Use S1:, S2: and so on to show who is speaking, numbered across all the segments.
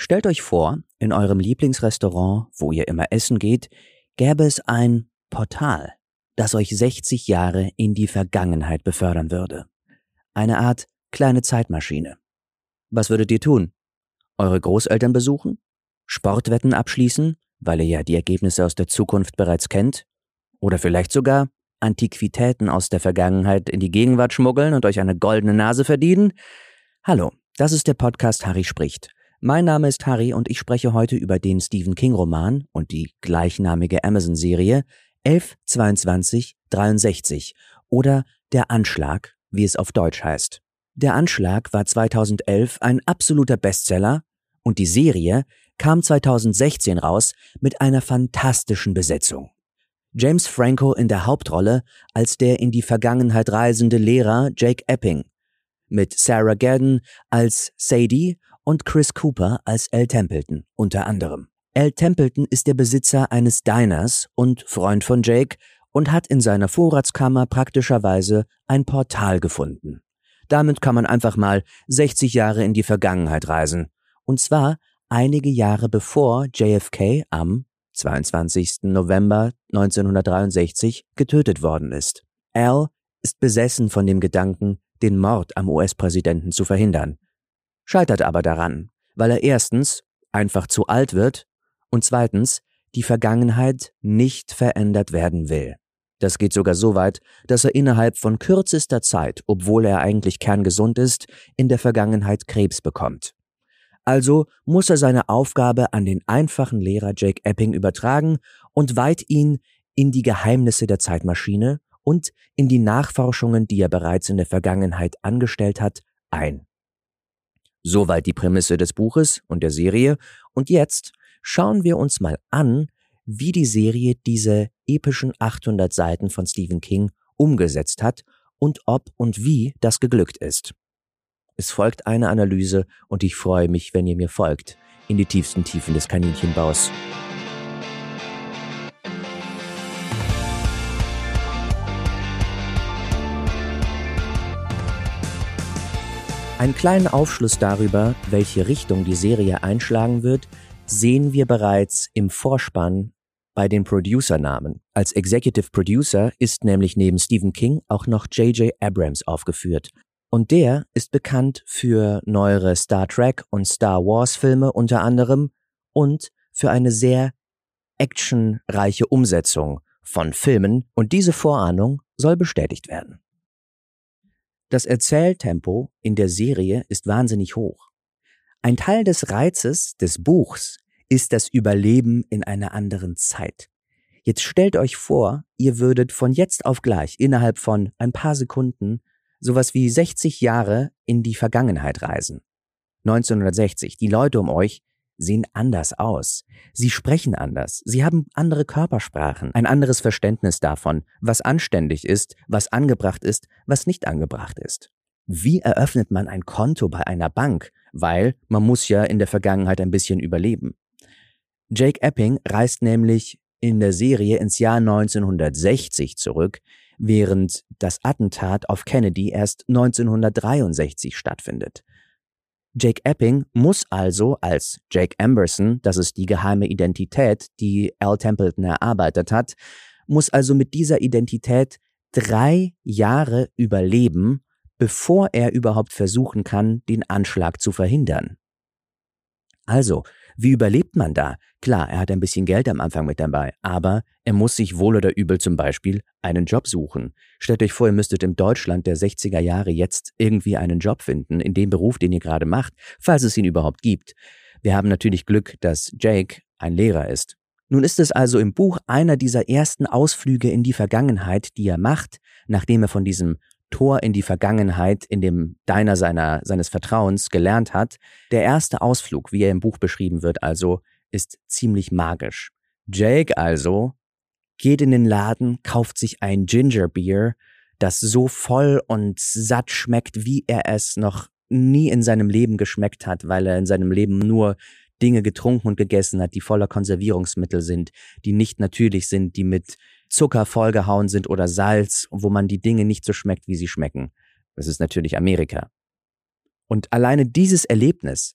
S1: Stellt euch vor, in eurem Lieblingsrestaurant, wo ihr immer essen geht, gäbe es ein Portal, das euch 60 Jahre in die Vergangenheit befördern würde. Eine Art kleine Zeitmaschine. Was würdet ihr tun? Eure Großeltern besuchen? Sportwetten abschließen, weil ihr ja die Ergebnisse aus der Zukunft bereits kennt? Oder vielleicht sogar Antiquitäten aus der Vergangenheit in die Gegenwart schmuggeln und euch eine goldene Nase verdienen? Hallo, das ist der Podcast Harry spricht. Mein Name ist Harry und ich spreche heute über den Stephen King-Roman und die gleichnamige Amazon-Serie 11-22-63 oder Der Anschlag, wie es auf Deutsch heißt. Der Anschlag war 2011 ein absoluter Bestseller und die Serie kam 2016 raus mit einer fantastischen Besetzung. James Franco in der Hauptrolle als der in die Vergangenheit reisende Lehrer Jake Epping, mit Sarah Gadon als Sadie und Chris Cooper als Al Templeton unter anderem. Al Templeton ist der Besitzer eines Diners und Freund von Jake und hat in seiner Vorratskammer praktischerweise ein Portal gefunden. Damit kann man einfach mal 60 Jahre in die Vergangenheit reisen. Und zwar einige Jahre bevor JFK am 22. November 1963 getötet worden ist. Al ist besessen von dem Gedanken, den Mord am US-Präsidenten zu verhindern. Scheitert aber daran, weil er erstens einfach zu alt wird und zweitens die Vergangenheit nicht verändert werden will. Das geht sogar so weit, dass er innerhalb von kürzester Zeit, obwohl er eigentlich kerngesund ist, in der Vergangenheit Krebs bekommt. Also muss er seine Aufgabe an den einfachen Lehrer Jake Epping übertragen und weiht ihn in die Geheimnisse der Zeitmaschine und in die Nachforschungen, die er bereits in der Vergangenheit angestellt hat, ein. Soweit die Prämisse des Buches und der Serie. Und jetzt schauen wir uns mal an, wie die Serie diese epischen 800 Seiten von Stephen King umgesetzt hat und ob und wie das geglückt ist. Es folgt eine Analyse und ich freue mich, wenn ihr mir folgt, in die tiefsten Tiefen des Kaninchenbaus. Einen kleinen Aufschluss darüber, welche Richtung die Serie einschlagen wird, sehen wir bereits im Vorspann bei den Producernamen. Als Executive Producer ist nämlich neben Stephen King auch noch J.J. Abrams aufgeführt. Und der ist bekannt für neuere Star Trek und Star Wars Filme unter anderem und für eine sehr actionreiche Umsetzung von Filmen und diese Vorahnung soll bestätigt werden. Das Erzähltempo in der Serie ist wahnsinnig hoch. Ein Teil des Reizes des Buchs ist das Überleben in einer anderen Zeit. Jetzt stellt euch vor, ihr würdet von jetzt auf gleich innerhalb von ein paar Sekunden sowas wie 60 Jahre in die Vergangenheit reisen. 1960, die Leute um euch sehen anders aus. Sie sprechen anders. Sie haben andere Körpersprachen, ein anderes Verständnis davon, was anständig ist, was angebracht ist, was nicht angebracht ist. Wie eröffnet man ein Konto bei einer Bank? Weil man muss ja in der Vergangenheit ein bisschen überleben. Jake Epping reist nämlich in der Serie ins Jahr 1960 zurück, während das Attentat auf Kennedy erst 1963 stattfindet. Jake Epping muss also als Jake Amberson, das ist die geheime Identität, die Al Templeton erarbeitet hat, muss also mit dieser Identität 3 Jahre überleben, bevor er überhaupt versuchen kann, den Anschlag zu verhindern. Also, wie überlebt man da? Klar, er hat ein bisschen Geld am Anfang mit dabei, aber er muss sich wohl oder übel zum Beispiel einen Job suchen. Stellt euch vor, ihr müsstet im Deutschland der 60er Jahre jetzt irgendwie einen Job finden, in dem Beruf, den ihr gerade macht, falls es ihn überhaupt gibt. Wir haben natürlich Glück, dass Jake ein Lehrer ist. Nun ist es also im Buch einer dieser ersten Ausflüge in die Vergangenheit, die er macht, nachdem er von diesem Tor in die Vergangenheit in dem Diner seines Vertrauens gelernt hat. Der erste Ausflug, wie er im Buch beschrieben wird, also ist ziemlich magisch. Jake also geht in den Laden, kauft sich ein Ginger Beer, das so voll und satt schmeckt, wie er es noch nie in seinem Leben geschmeckt hat, weil er in seinem Leben nur Dinge getrunken und gegessen hat, die voller Konservierungsmittel sind, die nicht natürlich sind, die mit Zucker vollgehauen sind oder Salz, wo man die Dinge nicht so schmeckt, wie sie schmecken. Das ist natürlich Amerika. Und alleine dieses Erlebnis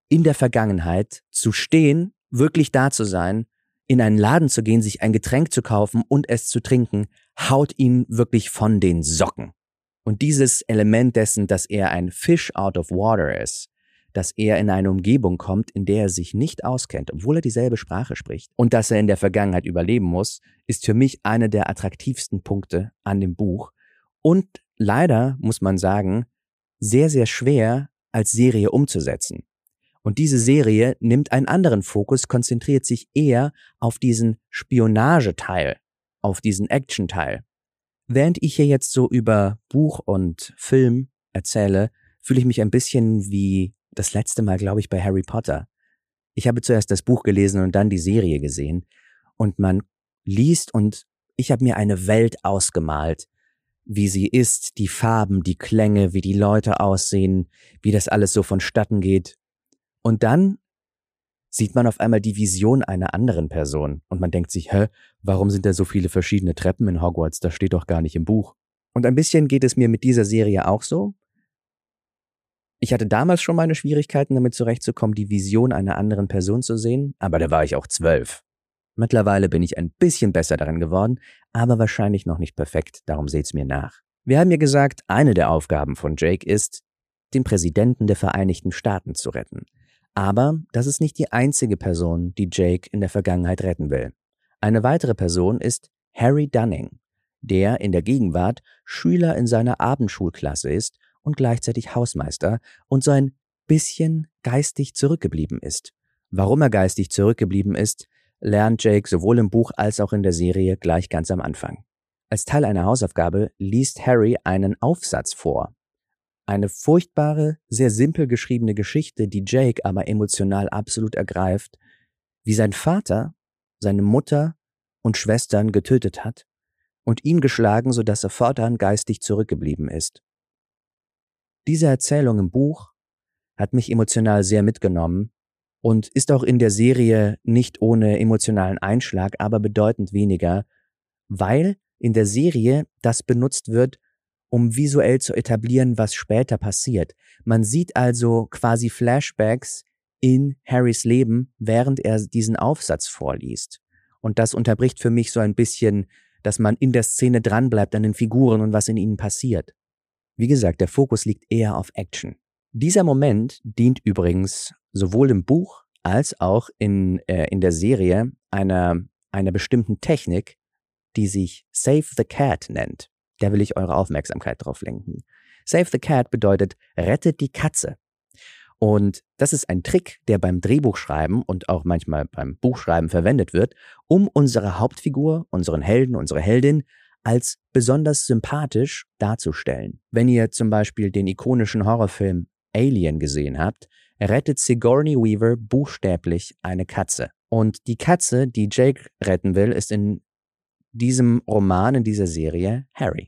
S1: in der Vergangenheit zu stehen, wirklich da zu sein, in einen Laden zu gehen, sich ein Getränk zu kaufen und es zu trinken, haut ihn wirklich von den Socken. Und dieses Element dessen, dass er ein Fish out of water ist, dass er in eine Umgebung kommt, in der er sich nicht auskennt, obwohl er dieselbe Sprache spricht, und dass er in der Vergangenheit überleben muss, ist für mich einer der attraktivsten Punkte an dem Buch und leider, muss man sagen, sehr, sehr schwer als Serie umzusetzen. Und diese Serie nimmt einen anderen Fokus, konzentriert sich eher auf diesen Spionageteil, auf diesen Action-Teil. Während ich hier jetzt so über Buch und Film erzähle, fühle ich mich ein bisschen wie das letzte Mal, glaube ich, bei Harry Potter. Ich habe zuerst das Buch gelesen und dann die Serie gesehen und man liest und ich habe mir eine Welt ausgemalt, wie sie ist, die Farben, die Klänge, wie die Leute aussehen, wie das alles so vonstatten geht. Und dann sieht man auf einmal die Vision einer anderen Person und man denkt sich, warum sind da so viele verschiedene Treppen in Hogwarts? Das steht doch gar nicht im Buch. Und ein bisschen geht es mir mit dieser Serie auch so. Ich hatte damals schon meine Schwierigkeiten, damit zurechtzukommen, die Vision einer anderen Person zu sehen, aber da war ich auch 12. Mittlerweile bin ich ein bisschen besser darin geworden, aber wahrscheinlich noch nicht perfekt, darum seht's mir nach. Wir haben ja gesagt, eine der Aufgaben von Jake ist, den Präsidenten der Vereinigten Staaten zu retten. Aber das ist nicht die einzige Person, die Jake in der Vergangenheit retten will. Eine weitere Person ist Harry Dunning, der in der Gegenwart Schüler in seiner Abendschulklasse ist und gleichzeitig Hausmeister und so ein bisschen geistig zurückgeblieben ist. Warum er geistig zurückgeblieben ist, lernt Jake sowohl im Buch als auch in der Serie gleich ganz am Anfang. Als Teil einer Hausaufgabe liest Harry einen Aufsatz vor. Eine furchtbare, sehr simpel geschriebene Geschichte, die Jake aber emotional absolut ergreift, wie sein Vater seine Mutter und Schwestern getötet hat und ihn geschlagen, sodass er fortan geistig zurückgeblieben ist. Diese Erzählung im Buch hat mich emotional sehr mitgenommen und ist auch in der Serie nicht ohne emotionalen Einschlag, aber bedeutend weniger, weil in der Serie das benutzt wird, um visuell zu etablieren, was später passiert. Man sieht also quasi Flashbacks in Harrys Leben, während er diesen Aufsatz vorliest. Und das unterbricht für mich so ein bisschen, dass man in der Szene dranbleibt an den Figuren und was in ihnen passiert. Wie gesagt, der Fokus liegt eher auf Action. Dieser Moment dient übrigens sowohl im Buch als auch in der Serie einer bestimmten Technik, die sich Save the Cat nennt. Da will ich eure Aufmerksamkeit drauf lenken. Save the Cat bedeutet, rettet die Katze. Und das ist ein Trick, der beim Drehbuchschreiben und auch manchmal beim Buchschreiben verwendet wird, um unsere Hauptfigur, unseren Helden, unsere Heldin als besonders sympathisch darzustellen. Wenn ihr zum Beispiel den ikonischen Horrorfilm Alien gesehen habt, rettet Sigourney Weaver buchstäblich eine Katze. Und die Katze, die Jake retten will, ist in diesem Roman, in dieser Serie, Harry.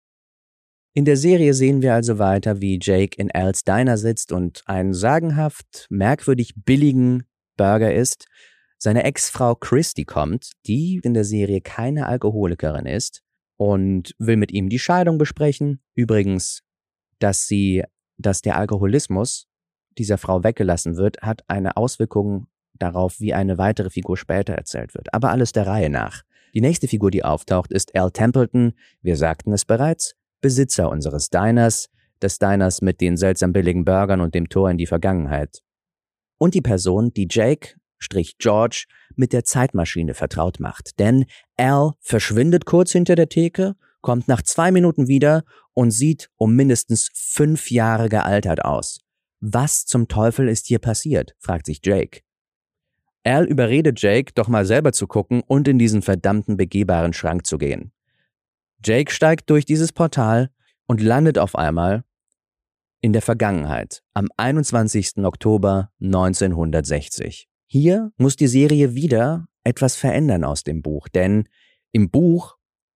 S1: In der Serie sehen wir also weiter, wie Jake in Al's Diner sitzt und einen sagenhaft merkwürdig billigen Burger isst. Seine Ex-Frau Christy kommt, die in der Serie keine Alkoholikerin ist, und will mit ihm die Scheidung besprechen. Übrigens, dass der Alkoholismus dieser Frau weggelassen wird, hat eine Auswirkung darauf, wie eine weitere Figur später erzählt wird. Aber alles der Reihe nach. Die nächste Figur, die auftaucht, ist Al Templeton. Wir sagten es bereits, Besitzer unseres Diners, des Diners mit den seltsam billigen Burgern und dem Tor in die Vergangenheit. Und die Person, die Jake, George, mit der Zeitmaschine vertraut macht. Denn Al verschwindet kurz hinter der Theke, kommt nach 2 Minuten wieder und sieht um mindestens 5 Jahre gealtert aus. Was zum Teufel ist hier passiert, fragt sich Jake. Al überredet Jake, doch mal selber zu gucken und in diesen verdammten begehbaren Schrank zu gehen. Jake steigt durch dieses Portal und landet auf einmal in der Vergangenheit, am 21. Oktober 1960. Hier muss die Serie wieder etwas verändern aus dem Buch, denn im Buch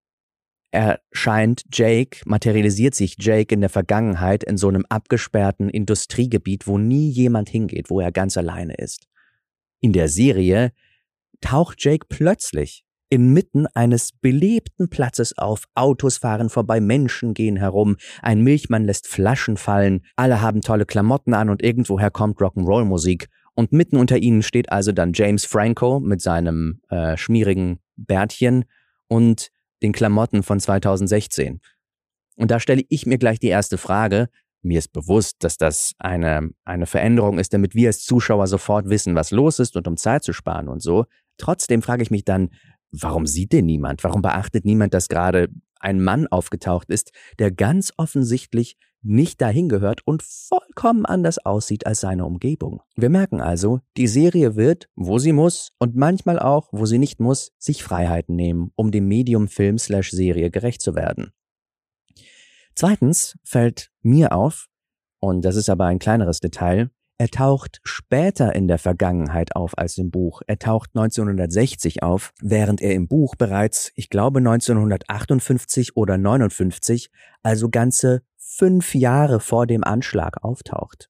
S1: materialisiert sich Jake in der Vergangenheit in so einem abgesperrten Industriegebiet, wo nie jemand hingeht, wo er ganz alleine ist. In der Serie taucht Jake plötzlich inmitten eines belebten Platzes auf. Autos fahren vorbei, Menschen gehen herum, ein Milchmann lässt Flaschen fallen, alle haben tolle Klamotten an und irgendwoher kommt Rock'n'Roll-Musik. Und mitten unter ihnen steht also dann James Franco mit seinem schmierigen Bärtchen und den Klamotten von 2016. Und da stelle ich mir gleich die erste Frage. Mir ist bewusst, dass das eine Veränderung ist, damit wir als Zuschauer sofort wissen, was los ist und um Zeit zu sparen und so. Trotzdem frage ich mich dann, warum sieht denn niemand? Warum beachtet niemand, dass gerade ein Mann aufgetaucht ist, der ganz offensichtlich nicht dahin gehört und vollkommen anders aussieht als seine Umgebung? Wir merken also, die Serie wird, wo sie muss und manchmal auch, wo sie nicht muss, sich Freiheiten nehmen, um dem Medium Film/Serie gerecht zu werden. Zweitens fällt mir auf, und das ist aber ein kleineres Detail, er taucht später in der Vergangenheit auf als im Buch. Er taucht 1960 auf, während er im Buch bereits, ich glaube 1958 oder 59, also ganze 5 Jahre vor dem Anschlag auftaucht.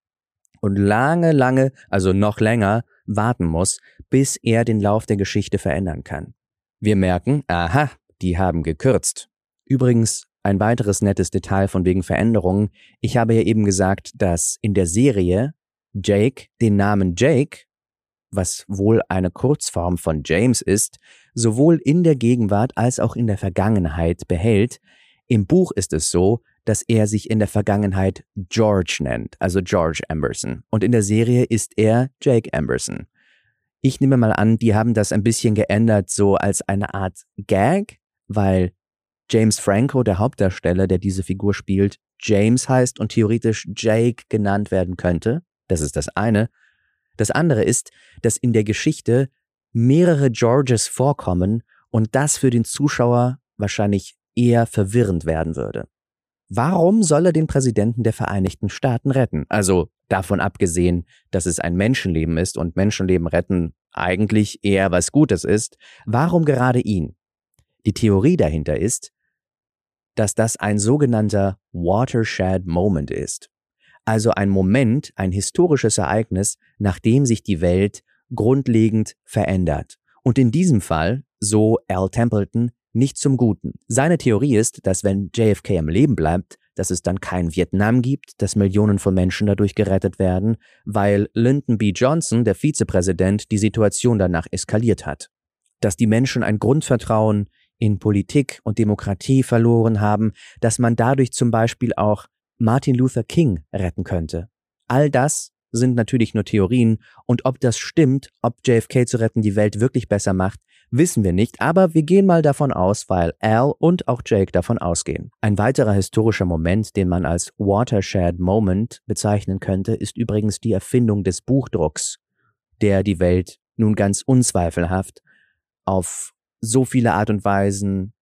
S1: Und lange, also noch länger, warten muss, bis er den Lauf der Geschichte verändern kann. Wir merken, aha, die haben gekürzt. Übrigens, ein weiteres nettes Detail von wegen Veränderungen. Ich habe ja eben gesagt, dass in der Serie Jake den Namen Jake, was wohl eine Kurzform von James ist, sowohl in der Gegenwart als auch in der Vergangenheit behält. Im Buch ist es so, dass er sich in der Vergangenheit George nennt, also George Amberson. Und in der Serie ist er Jake Amberson. Ich nehme mal an, die haben das ein bisschen geändert, so als eine Art Gag, weil James Franco, der Hauptdarsteller, der diese Figur spielt, James heißt und theoretisch Jake genannt werden könnte. Das ist das eine. Das andere ist, dass in der Geschichte mehrere Georges vorkommen und das für den Zuschauer wahrscheinlich eher verwirrend werden würde. Warum soll er den Präsidenten der Vereinigten Staaten retten? Also davon abgesehen, dass es ein Menschenleben ist und Menschenleben retten eigentlich eher was Gutes ist. Warum gerade ihn? Die Theorie dahinter ist, dass das ein sogenannter Watershed Moment ist. Also ein Moment, ein historisches Ereignis, nachdem sich die Welt grundlegend verändert. Und in diesem Fall, so Al Templeton, nicht zum Guten. Seine Theorie ist, dass wenn JFK am Leben bleibt, dass es dann kein Vietnam gibt, dass Millionen von Menschen dadurch gerettet werden, weil Lyndon B. Johnson, der Vizepräsident, die Situation danach eskaliert hat. Dass die Menschen ein Grundvertrauen in Politik und Demokratie verloren haben, dass man dadurch zum Beispiel auch Martin Luther King retten könnte. All das sind natürlich nur Theorien und ob das stimmt, ob JFK zu retten die Welt wirklich besser macht, wissen wir nicht, aber wir gehen mal davon aus, weil Al und auch Jake davon ausgehen. Ein weiterer historischer Moment, den man als Watershed Moment bezeichnen könnte, ist übrigens die Erfindung des Buchdrucks, der die Welt nun ganz unzweifelhaft auf so viele Arten und Weisen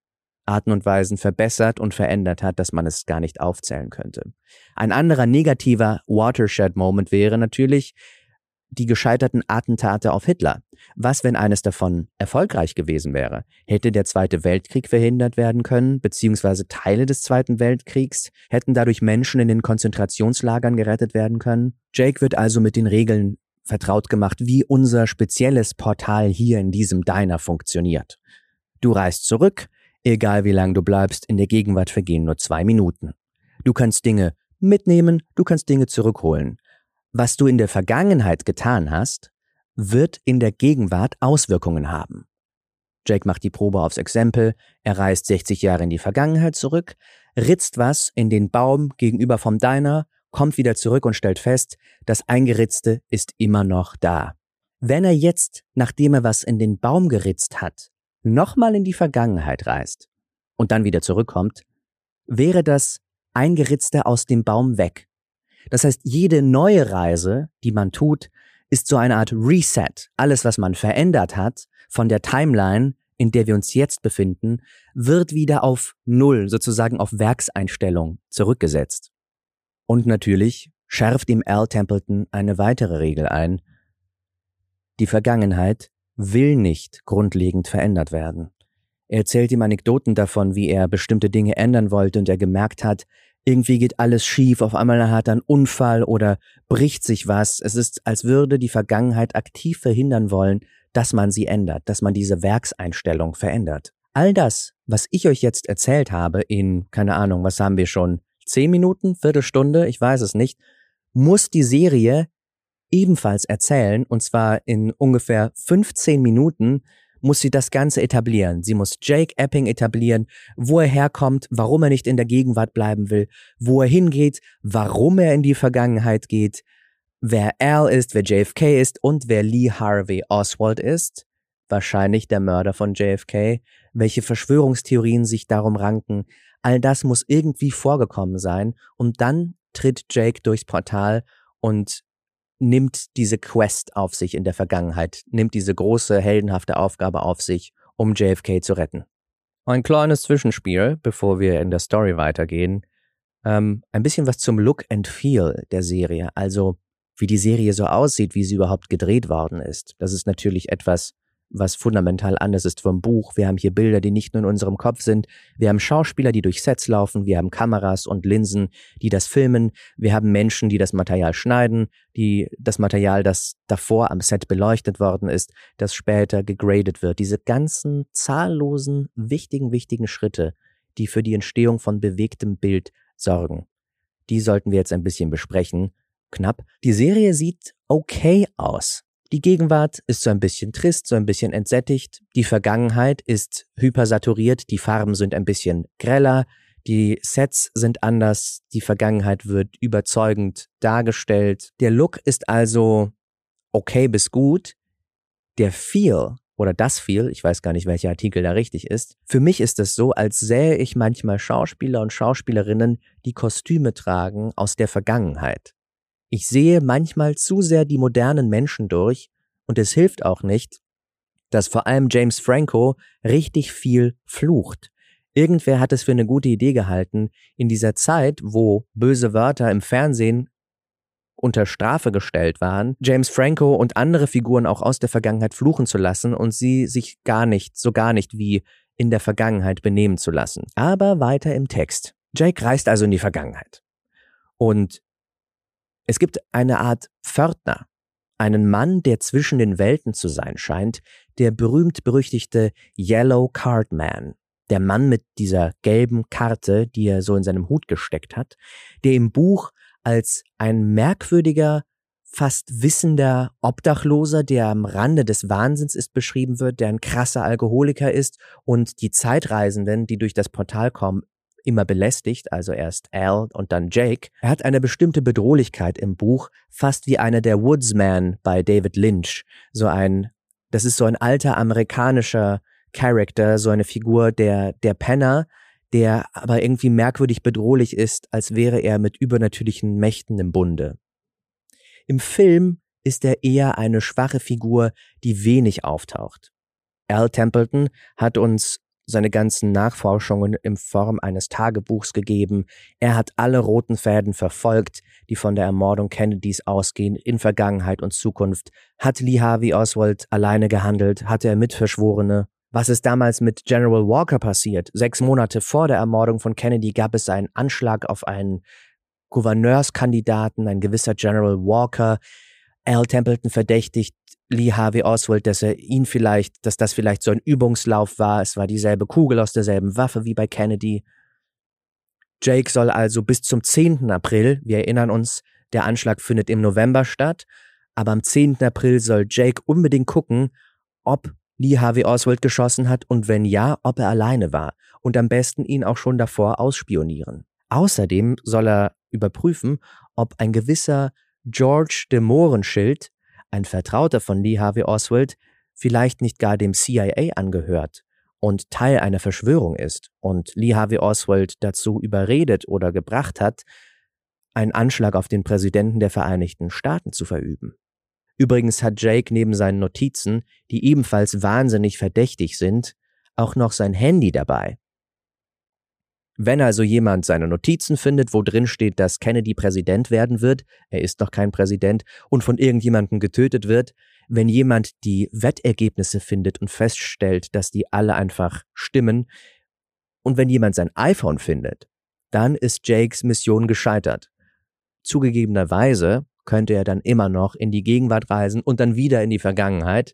S1: verbessert und verändert hat, dass man es gar nicht aufzählen könnte. Ein anderer negativer Watershed-Moment wäre natürlich die gescheiterten Attentate auf Hitler. Was, wenn eines davon erfolgreich gewesen wäre? Hätte der Zweite Weltkrieg verhindert werden können, beziehungsweise Teile des Zweiten Weltkriegs? Hätten dadurch Menschen in den Konzentrationslagern gerettet werden können? Jake wird also mit den Regeln vertraut gemacht, wie unser spezielles Portal hier in diesem Diner funktioniert. Du reist zurück, egal wie lang du bleibst, in der Gegenwart vergehen nur 2 Minuten. Du kannst Dinge mitnehmen, du kannst Dinge zurückholen. Was du in der Vergangenheit getan hast, wird in der Gegenwart Auswirkungen haben. Jake macht die Probe aufs Exempel, er reist 60 Jahre in die Vergangenheit zurück, ritzt was in den Baum gegenüber vom Diner, kommt wieder zurück und stellt fest, das Eingeritzte ist immer noch da. Wenn er jetzt, nachdem er was in den Baum geritzt hat, nochmal in die Vergangenheit reist und dann wieder zurückkommt, wäre das Eingeritzte aus dem Baum weg. Das heißt, jede neue Reise, die man tut, ist so eine Art Reset. Alles, was man verändert hat von der Timeline, in der wir uns jetzt befinden, wird wieder auf Null, sozusagen auf Werkseinstellung zurückgesetzt. Und natürlich schärft ihm Al Templeton eine weitere Regel ein. Die Vergangenheit will nicht grundlegend verändert werden. Er erzählt ihm Anekdoten davon, wie er bestimmte Dinge ändern wollte und er gemerkt hat, irgendwie geht alles schief, auf einmal hat er einen Unfall oder bricht sich was. Es ist, als würde die Vergangenheit aktiv verhindern wollen, dass man sie ändert, dass man diese Werkseinstellung verändert. All das, was ich euch jetzt erzählt habe in, keine Ahnung, was haben wir schon, 10 Minuten, Viertelstunde, ich weiß es nicht, muss die Serie ebenfalls erzählen, und zwar in ungefähr 15 Minuten muss sie das Ganze etablieren. Sie muss Jake Epping etablieren, wo er herkommt, warum er nicht in der Gegenwart bleiben will, wo er hingeht, warum er in die Vergangenheit geht, wer Al ist, wer JFK ist und wer Lee Harvey Oswald ist, wahrscheinlich der Mörder von JFK, welche Verschwörungstheorien sich darum ranken. All das muss irgendwie vorgekommen sein und dann tritt Jake durchs Portal und nimmt diese Quest auf sich in der Vergangenheit, nimmt diese große, heldenhafte Aufgabe auf sich, um JFK zu retten. Ein kleines Zwischenspiel, bevor wir in der Story weitergehen. Ein bisschen was zum Look and Feel der Serie, also wie die Serie so aussieht, wie sie überhaupt gedreht worden ist. Das ist natürlich etwas, was fundamental anders ist vom Buch. Wir haben hier Bilder, die nicht nur in unserem Kopf sind. Wir haben Schauspieler, die durch Sets laufen. Wir haben Kameras und Linsen, die das filmen. Wir haben Menschen, die das Material schneiden, die das Material, das davor am Set beleuchtet worden ist, das später gegradet wird. Diese ganzen zahllosen, wichtigen Schritte, die für die Entstehung von bewegtem Bild sorgen. Die sollten wir jetzt ein bisschen besprechen. Knapp. Die Serie sieht okay aus. Die Gegenwart ist so ein bisschen trist, so ein bisschen entsättigt. Die Vergangenheit ist hypersaturiert, die Farben sind ein bisschen greller, die Sets sind anders, die Vergangenheit wird überzeugend dargestellt. Der Look ist also okay bis gut. Der Feel oder das Feel, ich weiß gar nicht, welcher Artikel da richtig ist. Für mich ist es so, als sähe ich manchmal Schauspieler und Schauspielerinnen, die Kostüme tragen aus der Vergangenheit. Ich sehe manchmal zu sehr die modernen Menschen durch und es hilft auch nicht, dass vor allem James Franco richtig viel flucht. Irgendwer hat es für eine gute Idee gehalten, in dieser Zeit, wo böse Wörter im Fernsehen unter Strafe gestellt waren, James Franco und andere Figuren auch aus der Vergangenheit fluchen zu lassen und sie sich gar nicht wie in der Vergangenheit benehmen zu lassen. Aber weiter im Text. Jake reist also in die Vergangenheit. Und es gibt eine Art Pförtner, einen Mann, der zwischen den Welten zu sein scheint, der berühmt-berüchtigte Yellow Card Man, der Mann mit dieser gelben Karte, die er so in seinem Hut gesteckt hat, der im Buch als ein merkwürdiger, fast wissender Obdachloser, der am Rande des Wahnsinns ist, beschrieben wird, der ein krasser Alkoholiker ist und die Zeitreisenden, die durch das Portal kommen, immer belästigt, also erst Al und dann Jake. Er hat eine bestimmte Bedrohlichkeit im Buch, fast wie einer der Woodsman bei David Lynch. Das ist so ein alter amerikanischer Charakter, so eine Figur, der Penner, der aber irgendwie merkwürdig bedrohlich ist, als wäre er mit übernatürlichen Mächten im Bunde. Im Film ist er eher eine schwache Figur, die wenig auftaucht. Al Templeton hat uns seine ganzen Nachforschungen in Form eines Tagebuchs gegeben. Er hat alle roten Fäden verfolgt, die von der Ermordung Kennedys ausgehen, in Vergangenheit und Zukunft. Hat Lee Harvey Oswald alleine gehandelt? Hatte er Mitverschworene? Was ist damals mit General Walker passiert? 6 Monate vor der Ermordung von Kennedy gab es einen Anschlag auf einen Gouverneurskandidaten, ein gewisser General Walker. Al Templeton verdächtigt Lee Harvey Oswald, dass das vielleicht so ein Übungslauf war. Es war dieselbe Kugel aus derselben Waffe wie bei Kennedy. Jake soll also bis zum 10. April, wir erinnern uns, der Anschlag findet im November statt, aber am 10. April soll Jake unbedingt gucken, ob Lee Harvey Oswald geschossen hat und wenn ja, ob er alleine war und am besten ihn auch schon davor ausspionieren. Außerdem soll er überprüfen, ob ein gewisser George de Mohrenschildt, ein Vertrauter von Lee Harvey Oswald, vielleicht nicht gar dem CIA angehört und Teil einer Verschwörung ist und Lee Harvey Oswald dazu überredet oder gebracht hat, einen Anschlag auf den Präsidenten der Vereinigten Staaten zu verüben. Übrigens hat Jake neben seinen Notizen, die ebenfalls wahnsinnig verdächtig sind, auch noch sein Handy dabei. Wenn also jemand seine Notizen findet, wo drin steht, dass Kennedy Präsident werden wird, er ist noch kein Präsident, und von irgendjemandem getötet wird, wenn jemand die Wettergebnisse findet und feststellt, dass die alle einfach stimmen, und wenn jemand sein iPhone findet, dann ist Jakes Mission gescheitert. Zugegebenerweise könnte er dann immer noch in die Gegenwart reisen und dann wieder in die Vergangenheit.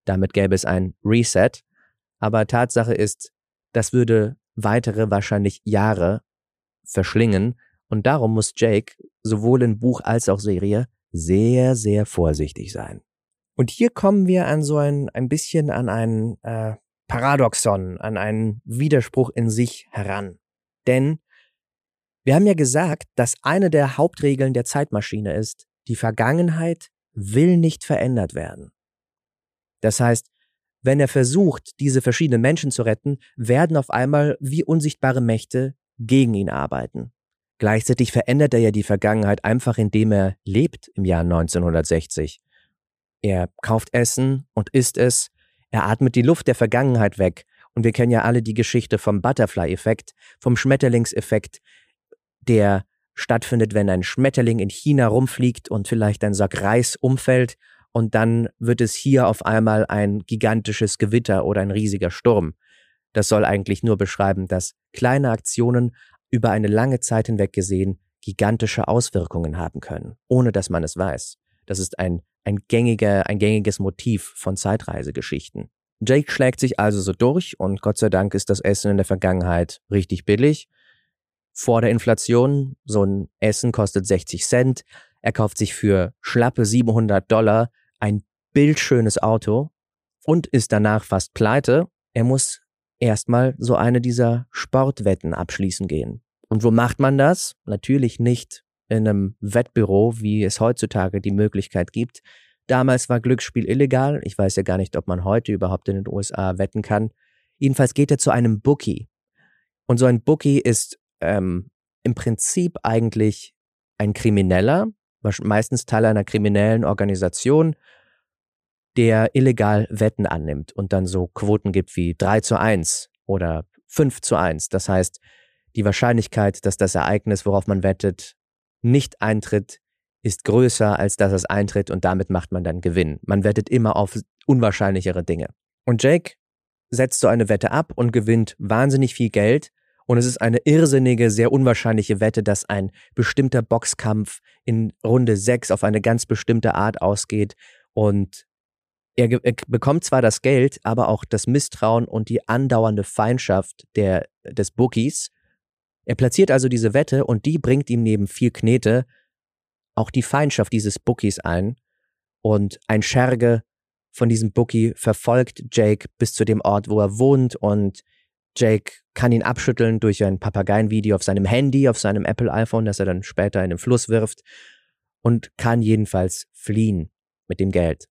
S1: Damit gäbe es ein Reset. Aber Tatsache ist, das würde weitere wahrscheinlich Jahre verschlingen. Und darum muss Jake sowohl in Buch als auch Serie sehr, sehr vorsichtig sein. Und hier kommen wir an so ein bisschen an ein Paradoxon, an einen Widerspruch in sich heran. Denn wir haben ja gesagt, dass eine der Hauptregeln der Zeitmaschine ist, die Vergangenheit will nicht verändert werden. Das heißt, wenn er versucht, diese verschiedenen Menschen zu retten, werden auf einmal wie unsichtbare Mächte gegen ihn arbeiten. Gleichzeitig verändert er ja die Vergangenheit einfach, indem er lebt im Jahr 1960. Er kauft Essen und isst es, er atmet die Luft der Vergangenheit weg. Und wir kennen ja alle die Geschichte vom Butterfly-Effekt, vom Schmetterlingseffekt, der stattfindet, wenn ein Schmetterling in China rumfliegt und vielleicht ein Sack Reis umfällt und dann wird es hier auf einmal ein gigantisches Gewitter oder ein riesiger Sturm. Das soll eigentlich nur beschreiben, dass kleine Aktionen über eine lange Zeit hinweg gesehen gigantische Auswirkungen haben können, ohne dass man es weiß. Das ist ein gängiges Motiv von Zeitreisegeschichten. Jake schlägt sich also so durch und Gott sei Dank ist das Essen in der Vergangenheit richtig billig. Vor der Inflation, so ein Essen kostet 60 Cent. Er kauft sich für schlappe $700 ein bildschönes Auto und ist danach fast pleite. Er muss erstmal so eine dieser Sportwetten abschließen gehen. Und wo macht man das? Natürlich nicht in einem Wettbüro, wie es heutzutage die Möglichkeit gibt. Damals war Glücksspiel illegal. Ich weiß ja gar nicht, ob man heute überhaupt in den USA wetten kann. Jedenfalls geht er zu einem Bookie. Und so ein Bookie ist im Prinzip eigentlich ein Krimineller, meistens Teil einer kriminellen Organisation, der illegal Wetten annimmt und dann so Quoten gibt wie 3:1 oder 5:1. Das heißt, die Wahrscheinlichkeit, dass das Ereignis, worauf man wettet, nicht eintritt, ist größer, als dass es eintritt und damit macht man dann Gewinn. Man wettet immer auf unwahrscheinlichere Dinge. Und Jake setzt so eine Wette ab und gewinnt wahnsinnig viel Geld. Und es ist eine irrsinnige, sehr unwahrscheinliche Wette, dass ein bestimmter Boxkampf in Runde 6 auf eine ganz bestimmte Art ausgeht. Und er bekommt zwar das Geld, aber auch das Misstrauen und die andauernde Feindschaft des Bookies. Er platziert also diese Wette und die bringt ihm neben viel Knete auch die Feindschaft dieses Bookies ein. Und ein Scherge von diesem Bookie verfolgt Jake bis zu dem Ort, wo er wohnt und Jake kann ihn abschütteln durch ein Papageienvideo auf seinem Handy, auf seinem Apple iPhone, das er dann später in den Fluss wirft und kann jedenfalls fliehen mit dem Geld.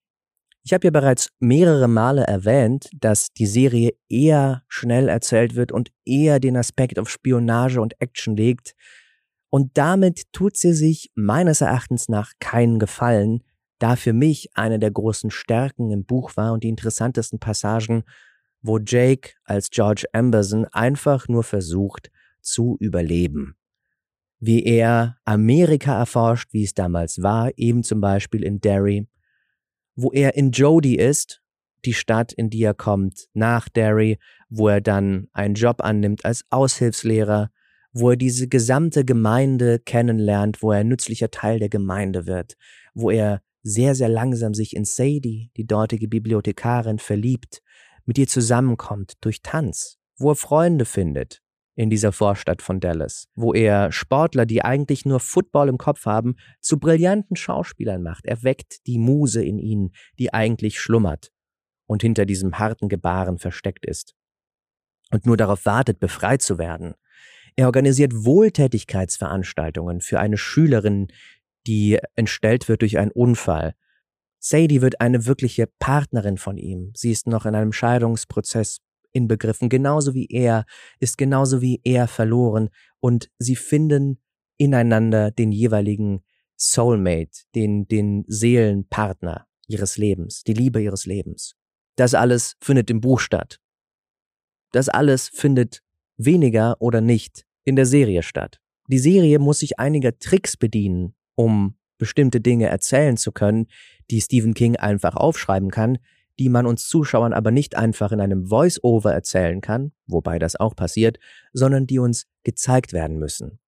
S1: Ich habe ja bereits mehrere Male erwähnt, dass die Serie eher schnell erzählt wird und eher den Aspekt auf Spionage und Action legt. Und damit tut sie sich meines Erachtens nach keinen Gefallen, da für mich eine der großen Stärken im Buch war und die interessantesten Passagen, wo Jake als George Amberson einfach nur versucht zu überleben. Wie er Amerika erforscht, wie es damals war, eben zum Beispiel in Derry, wo er in Jodi ist, die Stadt, in die er kommt, nach Derry, wo er dann einen Job annimmt als Aushilfslehrer, wo er diese gesamte Gemeinde kennenlernt, wo er ein nützlicher Teil der Gemeinde wird, wo er sehr, sehr langsam sich in Sadie, die dortige Bibliothekarin, verliebt, mit ihr zusammenkommt durch Tanz, wo er Freunde findet in dieser Vorstadt von Dallas, wo er Sportler, die eigentlich nur Football im Kopf haben, zu brillanten Schauspielern macht. Er weckt die Muse in ihnen, die eigentlich schlummert und hinter diesem harten Gebaren versteckt ist und nur darauf wartet, befreit zu werden. Er organisiert Wohltätigkeitsveranstaltungen für eine Schülerin, die entstellt wird durch einen Unfall. Sadie wird eine wirkliche Partnerin von ihm. Sie ist noch in einem Scheidungsprozess inbegriffen, genauso wie er, ist genauso wie er verloren und sie finden ineinander den jeweiligen Soulmate, den Seelenpartner ihres Lebens, die Liebe ihres Lebens. Das alles findet im Buch statt. Das alles findet weniger oder nicht in der Serie statt. Die Serie muss sich einiger Tricks bedienen, um bestimmte Dinge erzählen zu können, die Stephen King einfach aufschreiben kann, die man uns Zuschauern aber nicht einfach in einem Voice-Over erzählen kann, wobei das auch passiert, sondern die uns gezeigt werden müssen.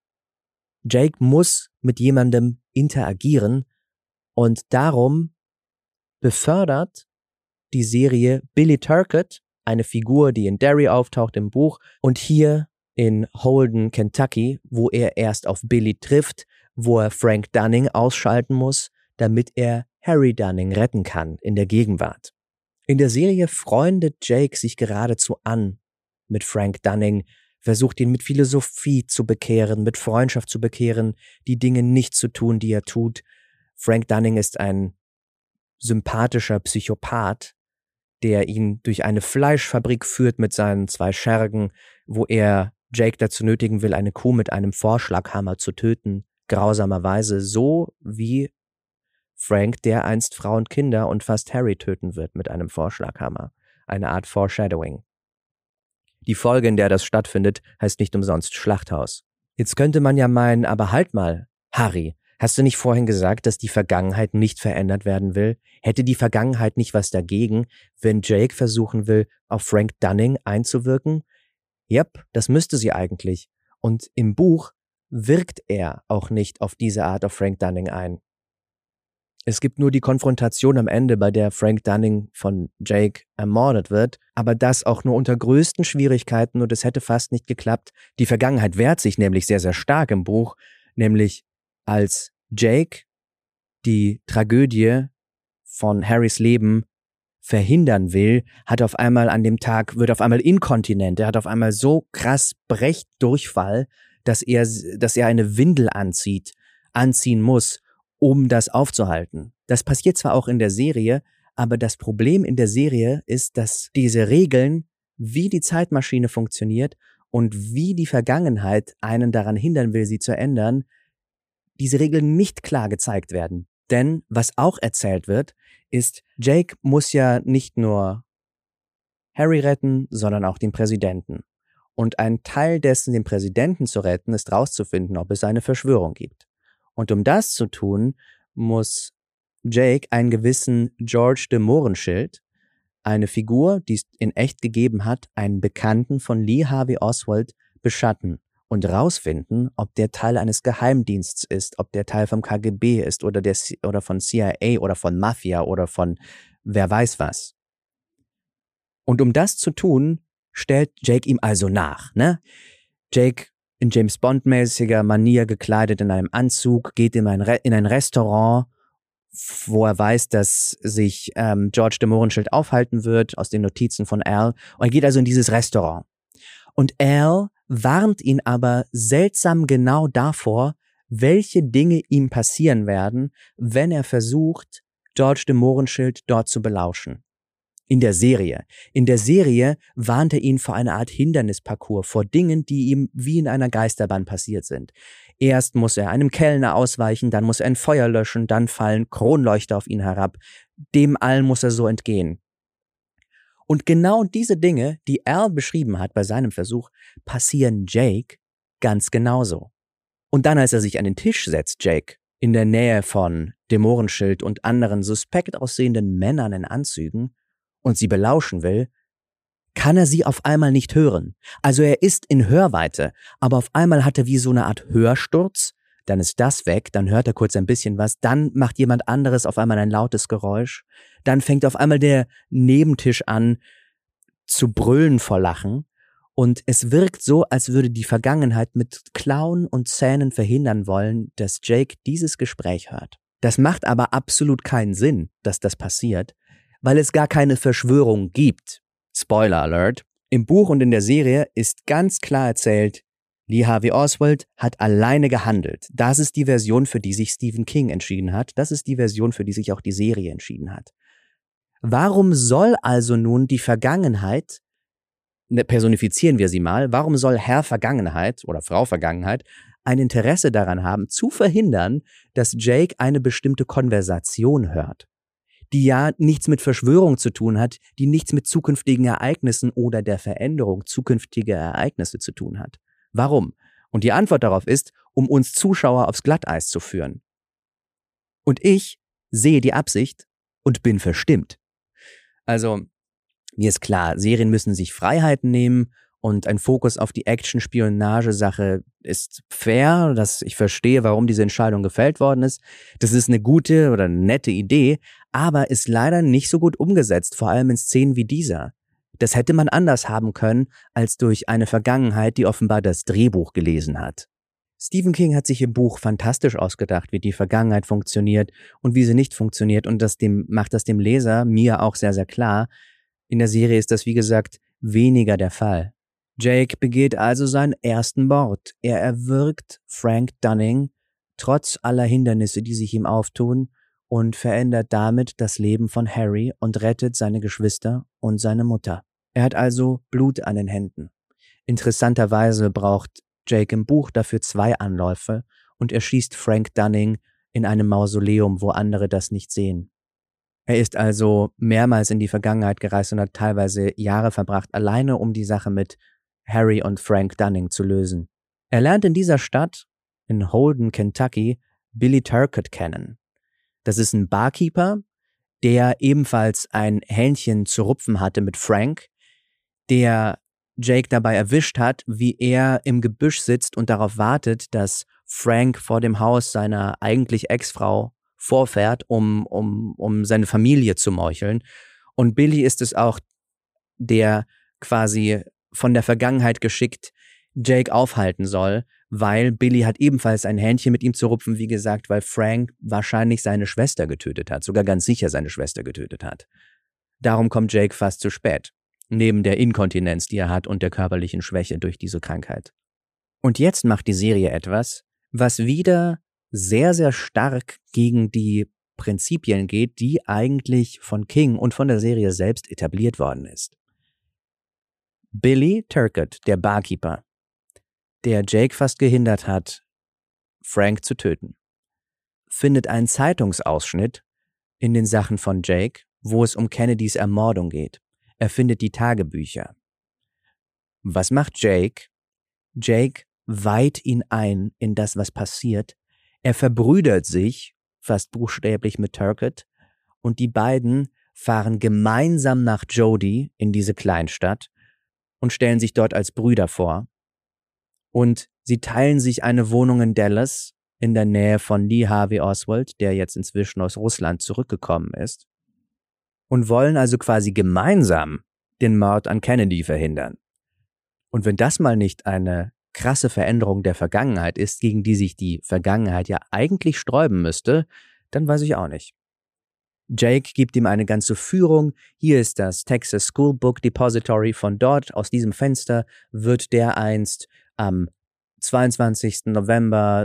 S1: Jake muss mit jemandem interagieren und darum befördert die Serie Billy Turcotte, eine Figur, die in Derry auftaucht im Buch und hier in Holden, Kentucky, wo er erst auf Billy trifft, wo er Frank Dunning ausschalten muss, damit er Harry Dunning retten kann in der Gegenwart. In der Serie freundet Jake sich geradezu an mit Frank Dunning, versucht ihn mit Philosophie zu bekehren, mit Freundschaft zu bekehren, die Dinge nicht zu tun, die er tut. Frank Dunning ist ein sympathischer Psychopath, der ihn durch eine Fleischfabrik führt mit seinen 2 Schergen, wo er Jake dazu nötigen will, eine Kuh mit einem Vorschlaghammer zu töten, grausamerweise, so wie Frank dereinst Frau und Kinder und fast Harry töten wird mit einem Vorschlaghammer. Eine Art Foreshadowing. Die Folge, in der das stattfindet, heißt nicht umsonst Schlachthaus. Jetzt könnte man ja meinen, aber halt mal, Harry, hast du nicht vorhin gesagt, dass die Vergangenheit nicht verändert werden will? Hätte die Vergangenheit nicht was dagegen, wenn Jake versuchen will, auf Frank Dunning einzuwirken? Yep, das müsste sie eigentlich. Und im Buch wirkt er auch nicht auf diese Art auf Frank Dunning ein. Es gibt nur die Konfrontation am Ende, bei der Frank Dunning von Jake ermordet wird, aber das auch nur unter größten Schwierigkeiten und es hätte fast nicht geklappt. Die Vergangenheit wehrt sich nämlich sehr, sehr stark im Buch, nämlich als Jake die Tragödie von Harrys Leben verhindern will, wird auf einmal inkontinent, er hat auf einmal so krass Brechdurchfall, dass er eine Windel anziehen muss, um das aufzuhalten. Das passiert zwar auch in der Serie, aber das Problem in der Serie ist, dass diese Regeln, wie die Zeitmaschine funktioniert und wie die Vergangenheit einen daran hindern will, sie zu ändern, diese Regeln nicht klar gezeigt werden. Denn was auch erzählt wird, ist, Jake muss ja nicht nur Harry retten, sondern auch den Präsidenten. Und ein Teil dessen, den Präsidenten zu retten, ist rauszufinden, ob es eine Verschwörung gibt. Und um das zu tun, muss Jake einen gewissen George de Mohrenschildt, eine Figur, die es in echt gegeben hat, einen Bekannten von Lee Harvey Oswald, beschatten und rausfinden, ob der Teil eines Geheimdienstes ist, ob der Teil vom KGB ist oder von CIA oder von Mafia oder von wer weiß was. Und um das zu tun, stellt Jake ihm also nach, ne? Jake in James Bond-mäßiger Manier gekleidet in einem Anzug, geht in ein Restaurant, wo er weiß, dass sich George de Mohrenschildt aufhalten wird, aus den Notizen von Al. Und er geht also in dieses Restaurant. Und Al warnt ihn aber seltsam genau davor, welche Dinge ihm passieren werden, wenn er versucht, George de Mohrenschildt dort zu belauschen. In der Serie warnt er ihn vor einer Art Hindernisparcours, vor Dingen, die ihm wie in einer Geisterbahn passiert sind. Erst muss er einem Kellner ausweichen, dann muss er ein Feuer löschen, dann fallen Kronleuchter auf ihn herab. Dem allen muss er so entgehen. Und genau diese Dinge, die Al beschrieben hat bei seinem Versuch, passieren Jake ganz genauso. Und dann, als er sich an den Tisch setzt, Jake, in der Nähe von de Mohrenschildt und anderen suspekt aussehenden Männern in Anzügen, und sie belauschen will, kann er sie auf einmal nicht hören. Also er ist in Hörweite, aber auf einmal hat er wie so eine Art Hörsturz, dann ist das weg, dann hört er kurz ein bisschen was, dann macht jemand anderes auf einmal ein lautes Geräusch, dann fängt auf einmal der Nebentisch an zu brüllen vor Lachen und es wirkt so, als würde die Vergangenheit mit Klauen und Zähnen verhindern wollen, dass Jake dieses Gespräch hört. Das macht aber absolut keinen Sinn, dass das passiert, weil es gar keine Verschwörung gibt. Spoiler Alert. Im Buch und in der Serie ist ganz klar erzählt, Lee Harvey Oswald hat alleine gehandelt. Das ist die Version, für die sich Stephen King entschieden hat. Das ist die Version, für die sich auch die Serie entschieden hat. Warum soll also nun die Vergangenheit, personifizieren wir sie mal, warum soll Herr Vergangenheit oder Frau Vergangenheit ein Interesse daran haben, zu verhindern, dass Jake eine bestimmte Konversation hört, die ja nichts mit Verschwörung zu tun hat, die nichts mit zukünftigen Ereignissen oder der Veränderung zukünftiger Ereignisse zu tun hat. Warum? Und die Antwort darauf ist, um uns Zuschauer aufs Glatteis zu führen. Und ich sehe die Absicht und bin verstimmt. Also, mir ist klar, Serien müssen sich Freiheiten nehmen und ein Fokus auf die Action-Spionage-Sache ist fair, dass ich verstehe, warum diese Entscheidung gefällt worden ist. Das ist eine gute oder eine nette Idee, aber ist leider nicht so gut umgesetzt, vor allem in Szenen wie dieser. Das hätte man anders haben können, als durch eine Vergangenheit, die offenbar das Drehbuch gelesen hat. Stephen King hat sich im Buch fantastisch ausgedacht, wie die Vergangenheit funktioniert und wie sie nicht funktioniert, und macht das dem Leser, mir auch sehr, sehr klar. In der Serie ist das, wie gesagt, weniger der Fall. Jake begeht also seinen ersten Mord. Er erwürgt Frank Dunning trotz aller Hindernisse, die sich ihm auftun, und verändert damit das Leben von Harry und rettet seine Geschwister und seine Mutter. Er hat also Blut an den Händen. Interessanterweise braucht Jake im Buch dafür 2 Anläufe und erschießt Frank Dunning in einem Mausoleum, wo andere das nicht sehen. Er ist also mehrmals in die Vergangenheit gereist und hat teilweise Jahre verbracht, alleine um die Sache mit Harry und Frank Dunning zu lösen. Er lernt in dieser Stadt, in Holden, Kentucky, Billy Turcotte kennen. Das ist ein Barkeeper, der ebenfalls ein Hähnchen zu rupfen hatte mit Frank, der Jake dabei erwischt hat, wie er im Gebüsch sitzt und darauf wartet, dass Frank vor dem Haus seiner eigentlich Ex-Frau vorfährt, um seine Familie zu meucheln. Und Billy ist es auch, der quasi von der Vergangenheit geschickt Jake aufhalten soll, weil Billy hat ebenfalls ein Hähnchen mit ihm zu rupfen, wie gesagt, weil Frank wahrscheinlich seine Schwester getötet hat, sogar ganz sicher seine Schwester getötet hat. Darum kommt Jake fast zu spät, neben der Inkontinenz, die er hat, und der körperlichen Schwäche durch diese Krankheit. Und jetzt macht die Serie etwas, was wieder sehr, sehr stark gegen die Prinzipien geht, die eigentlich von King und von der Serie selbst etabliert worden ist. Billy Turcotte, der Barkeeper, der Jake fast gehindert hat, Frank zu töten, findet einen Zeitungsausschnitt in den Sachen von Jake, wo es um Kennedys Ermordung geht. Er findet die Tagebücher. Was macht Jake? Jake weiht ihn ein in das, was passiert. Er verbrüdert sich, fast buchstäblich, mit Turcotte, und die beiden fahren gemeinsam nach Jodie in diese Kleinstadt und stellen sich dort als Brüder vor. Und sie teilen sich eine Wohnung in Dallas, in der Nähe von Lee Harvey Oswald, der jetzt inzwischen aus Russland zurückgekommen ist, und wollen also quasi gemeinsam den Mord an Kennedy verhindern. Und wenn das mal nicht eine krasse Veränderung der Vergangenheit ist, gegen die sich die Vergangenheit ja eigentlich sträuben müsste, dann weiß ich auch nicht. Jake gibt ihm eine ganze Führung. Hier ist das Texas School Book Depository. Von dort, aus diesem Fenster, wird dereinst am 22. November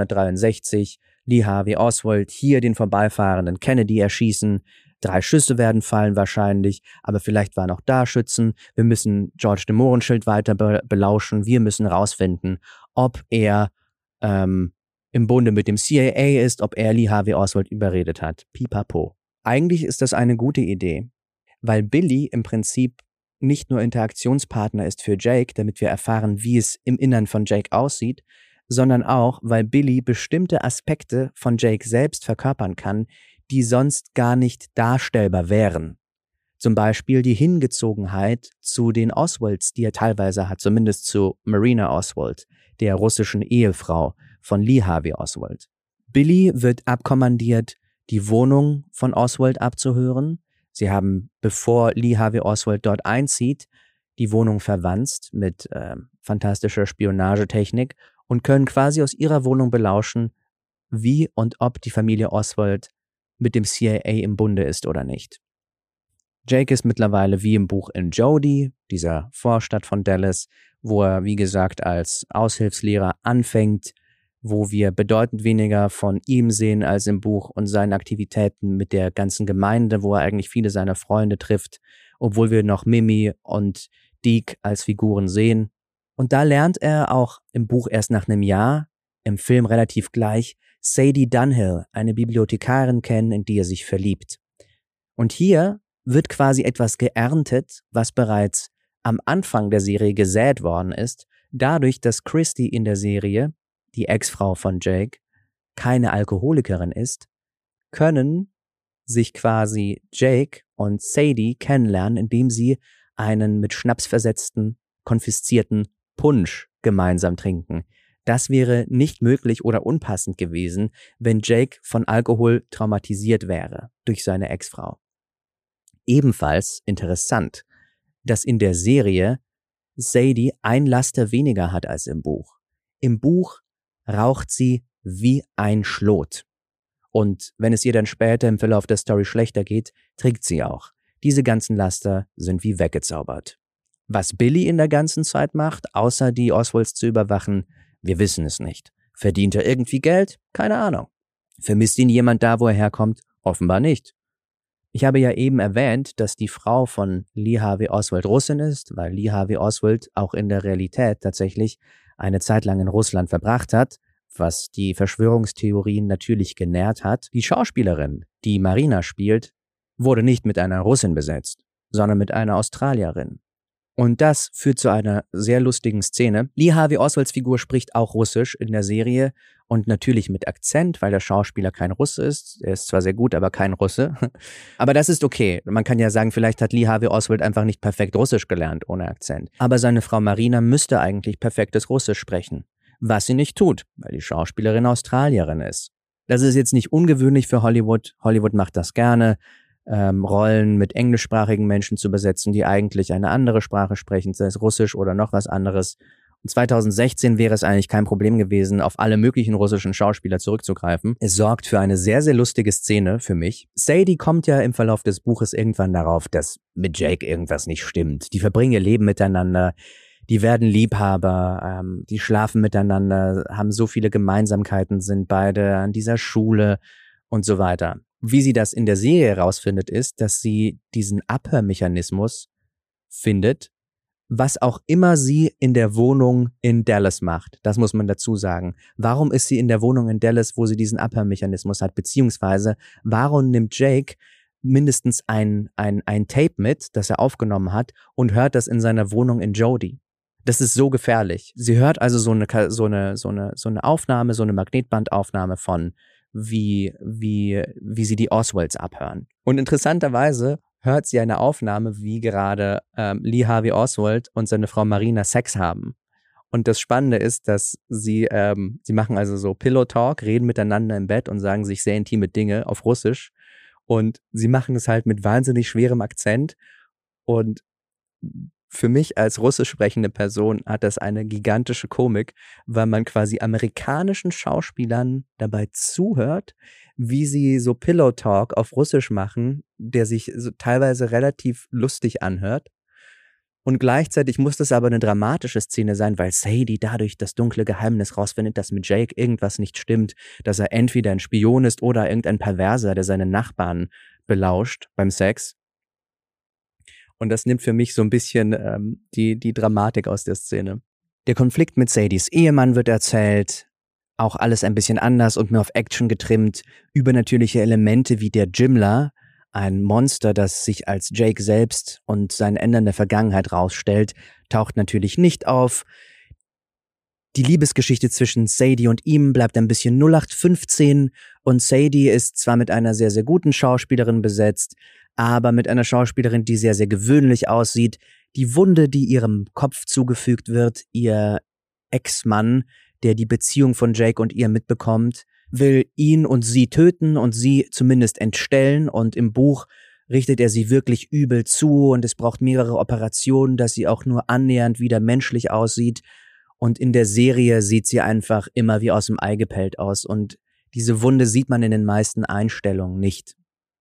S1: 1963 Lee Harvey Oswald hier den vorbeifahrenden Kennedy erschießen. 3 Schüsse werden fallen wahrscheinlich, aber vielleicht waren auch da Schützen. Wir müssen George de Mohrenschildt weiter belauschen. Wir müssen rausfinden, ob er im Bunde mit dem CIA ist, ob er Lee Harvey Oswald überredet hat. Pipapo. Eigentlich ist das eine gute Idee, weil Billy im Prinzip nicht nur Interaktionspartner ist für Jake, damit wir erfahren, wie es im Innern von Jake aussieht, sondern auch, weil Billy bestimmte Aspekte von Jake selbst verkörpern kann, die sonst gar nicht darstellbar wären. Zum Beispiel die Hingezogenheit zu den Oswalds, die er teilweise hat, zumindest zu Marina Oswald, der russischen Ehefrau von Lee Harvey Oswald. Billy wird abkommandiert, die Wohnung von Oswald abzuhören. Sie haben, bevor Lee Harvey Oswald dort einzieht, die Wohnung verwanzt mit fantastischer Spionagetechnik und können quasi aus ihrer Wohnung belauschen, wie und ob die Familie Oswald mit dem CIA im Bunde ist oder nicht. Jake ist mittlerweile wie im Buch in Jodie, dieser Vorstadt von Dallas, wo er, wie gesagt, als Aushilfslehrer anfängt, wo wir bedeutend weniger von ihm sehen als im Buch und seinen Aktivitäten mit der ganzen Gemeinde, wo er eigentlich viele seiner Freunde trifft, obwohl wir noch Mimi und Deke als Figuren sehen. Und da lernt er auch im Buch erst nach einem Jahr, im Film relativ gleich, Sadie Dunhill, eine Bibliothekarin, kennen, in die er sich verliebt. Und hier wird quasi etwas geerntet, was bereits am Anfang der Serie gesät worden ist, dadurch, dass Christy in der Serie, die Ex-Frau von Jake, keine Alkoholikerin ist, können sich quasi Jake und Sadie kennenlernen, indem sie einen mit Schnaps versetzten konfiszierten Punsch gemeinsam trinken. Das wäre nicht möglich oder unpassend gewesen, wenn Jake von Alkohol traumatisiert wäre durch seine Ex-Frau. Ebenfalls interessant, dass in der Serie Sadie ein Laster weniger hat als im Buch. Im Buch raucht sie wie ein Schlot. Und wenn es ihr dann später im Verlauf der Story schlechter geht, trinkt sie auch. Diese ganzen Laster sind wie weggezaubert. Was Billy in der ganzen Zeit macht, außer die Oswalds zu überwachen, wir wissen es nicht. Verdient er irgendwie Geld? Keine Ahnung. Vermisst ihn jemand da, wo er herkommt? Offenbar nicht. Ich habe ja eben erwähnt, dass die Frau von Lee Harvey Oswald Russin ist, weil Lee Harvey Oswald auch in der Realität tatsächlich eine Zeit lang in Russland verbracht hat, was die Verschwörungstheorien natürlich genährt hat. Die Schauspielerin, die Marina spielt, wurde nicht mit einer Russin besetzt, sondern mit einer Australierin. Und das führt zu einer sehr lustigen Szene. Lee Harvey Oswalds Figur spricht auch Russisch in der Serie und natürlich mit Akzent, weil der Schauspieler kein Russe ist. Er ist zwar sehr gut, aber kein Russe. Aber das ist okay. Man kann ja sagen, vielleicht hat Lee Harvey Oswald einfach nicht perfekt Russisch gelernt ohne Akzent. Aber seine Frau Marina müsste eigentlich perfektes Russisch sprechen. Was sie nicht tut, weil die Schauspielerin Australierin ist. Das ist jetzt nicht ungewöhnlich für Hollywood. Hollywood macht das gerne. Rollen mit englischsprachigen Menschen zu besetzen, die eigentlich eine andere Sprache sprechen, sei es Russisch oder noch was anderes. Und 2016 wäre es eigentlich kein Problem gewesen, auf alle möglichen russischen Schauspieler zurückzugreifen. Es sorgt für eine sehr, sehr lustige Szene für mich. Sadie kommt ja im Verlauf des Buches irgendwann darauf, dass mit Jake irgendwas nicht stimmt. Die verbringen ihr Leben miteinander, die werden Liebhaber, die schlafen miteinander, haben so viele Gemeinsamkeiten, sind beide an dieser Schule und so weiter. Wie sie das in der Serie herausfindet, ist, dass sie diesen Abhörmechanismus findet, was auch immer sie in der Wohnung in Dallas macht. Das muss man dazu sagen. Warum ist sie in der Wohnung in Dallas, wo sie diesen Abhörmechanismus hat? Beziehungsweise, warum nimmt Jake mindestens ein Tape mit, das er aufgenommen hat, und hört das in seiner Wohnung in Jodie? Das ist so gefährlich. Sie hört also so eine Aufnahme, so eine Magnetbandaufnahme von wie sie die Oswalds abhören. Und interessanterweise hört sie eine Aufnahme, wie gerade Lee Harvey Oswald und seine Frau Marina Sex haben. Und das Spannende ist, dass sie machen also so Pillow Talk, reden miteinander im Bett und sagen sich sehr intime Dinge auf Russisch. Und sie machen es halt mit wahnsinnig schwerem Akzent. Und für mich als russisch sprechende Person hat das eine gigantische Komik, weil man quasi amerikanischen Schauspielern dabei zuhört, wie sie so Pillow Talk auf Russisch machen, der sich so teilweise relativ lustig anhört. Und gleichzeitig muss das aber eine dramatische Szene sein, weil Sadie dadurch das dunkle Geheimnis rausfindet, dass mit Jake irgendwas nicht stimmt, dass er entweder ein Spion ist oder irgendein Perverser, der seine Nachbarn belauscht beim Sex. Und das nimmt für mich so ein bisschen die Dramatik aus der Szene. Der Konflikt mit Sadies Ehemann wird erzählt, auch alles ein bisschen anders und mehr auf Action getrimmt. Übernatürliche Elemente wie der Jimler, ein Monster, das sich als Jake selbst und sein Ende in der Vergangenheit rausstellt, taucht natürlich nicht auf. Die Liebesgeschichte zwischen Sadie und ihm bleibt ein bisschen 0815 und Sadie ist zwar mit einer sehr, sehr guten Schauspielerin besetzt, aber mit einer Schauspielerin, die sehr, sehr gewöhnlich aussieht. Die Wunde, die ihrem Kopf zugefügt wird, ihr Ex-Mann, der die Beziehung von Jake und ihr mitbekommt, will ihn und sie töten und sie zumindest entstellen, und im Buch richtet er sie wirklich übel zu und es braucht mehrere Operationen, dass sie auch nur annähernd wieder menschlich aussieht, und in der Serie sieht sie einfach immer wie aus dem Ei gepellt aus und diese Wunde sieht man in den meisten Einstellungen nicht.